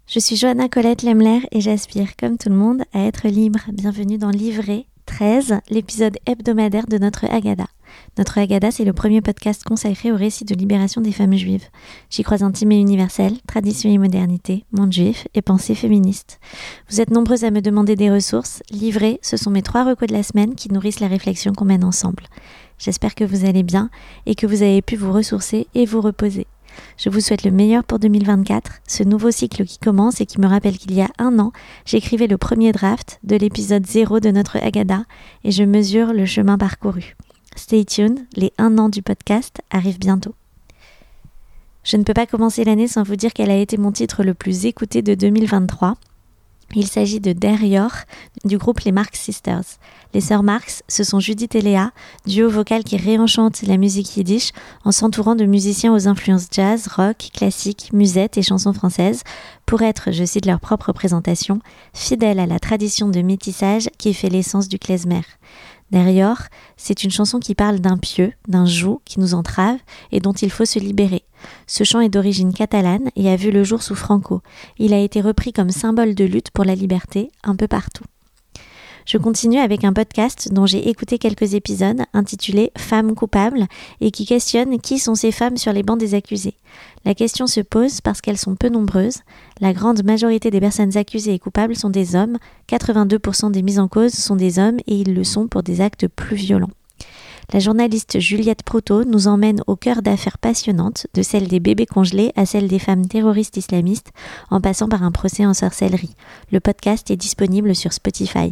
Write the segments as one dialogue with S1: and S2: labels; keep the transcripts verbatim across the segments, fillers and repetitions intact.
S1: Je suis Johanna Colette Lemler et j'aspire, comme tout le monde, à être libre. Bienvenue dans Livré treize, l'épisode hebdomadaire de notre Haggadah. Notre Haggadah, c'est le premier podcast consacré au récit de libération des femmes juives. J'y croise intime et universel, tradition et modernité, monde juif et pensée féministe. Vous êtes nombreuses à me demander des ressources. Livré, ce sont mes trois recos de la semaine qui nourrissent la réflexion qu'on mène ensemble. J'espère que vous allez bien et que vous avez pu vous ressourcer et vous reposer. Je vous souhaite le meilleur pour deux mille vingt-quatre, ce nouveau cycle qui commence et qui me rappelle qu'il y a un an, j'écrivais le premier draft de l'épisode zéro de notre Haggadah et je mesure le chemin parcouru. Stay tuned, les un an du podcast arrivent bientôt. Je ne peux pas commencer l'année sans vous dire quel a été mon titre le plus écouté de deux mille vingt-trois. Il s'agit de Der Yor du groupe les Marx Sisters. Les sœurs Marx, ce sont Judith et Léa, duo vocal qui réenchante la musique yiddish en s'entourant de musiciens aux influences jazz, rock, classique, musette et chansons françaises pour être, je cite leur propre présentation, fidèles à la tradition de métissage qui fait l'essence du klezmer. Der Yor, c'est une chanson qui parle d'un pieu, d'un joug qui nous entrave et dont il faut se libérer. Ce chant est d'origine catalane et a vu le jour sous Franco. Il a été repris comme symbole de lutte pour la liberté un peu partout. Je continue avec un podcast dont j'ai écouté quelques épisodes intitulé « Femmes coupables » et qui questionne qui sont ces femmes sur les bancs des accusés. La question se pose parce qu'elles sont peu nombreuses. La grande majorité des personnes accusées et coupables sont des hommes, quatre-vingt-deux pour cent des mises en cause sont des hommes et ils le sont pour des actes plus violents. La journaliste Juliette Proutot nous emmène au cœur d'affaires passionnantes, de celles des bébés congelés à celles des femmes terroristes islamistes, en passant par un procès en sorcellerie. Le podcast est disponible sur Spotify.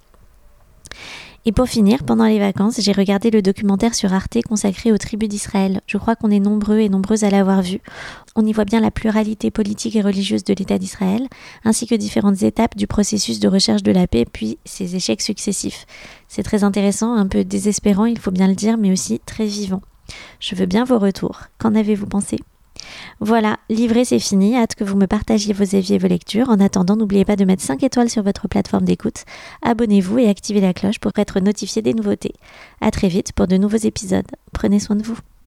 S1: Et pour finir, pendant les vacances, j'ai regardé le documentaire sur Arte consacré aux tribus d'Israël. Je crois qu'on est nombreux et nombreuses à l'avoir vu. On y voit bien la pluralité politique et religieuse de l'État d'Israël, ainsi que différentes étapes du processus de recherche de la paix, puis ses échecs successifs. C'est très intéressant, un peu désespérant, il faut bien le dire, mais aussi très vivant. Je veux bien vos retours. Qu'en avez-vous pensé ? Voilà, Livré, c'est fini. Hâte que vous me partagiez vos avis et vos lectures. En attendant, n'oubliez pas de mettre cinq étoiles sur votre plateforme d'écoute. Abonnez-vous et activez la cloche pour être notifié des nouveautés. À très vite pour de nouveaux épisodes. Prenez soin de vous.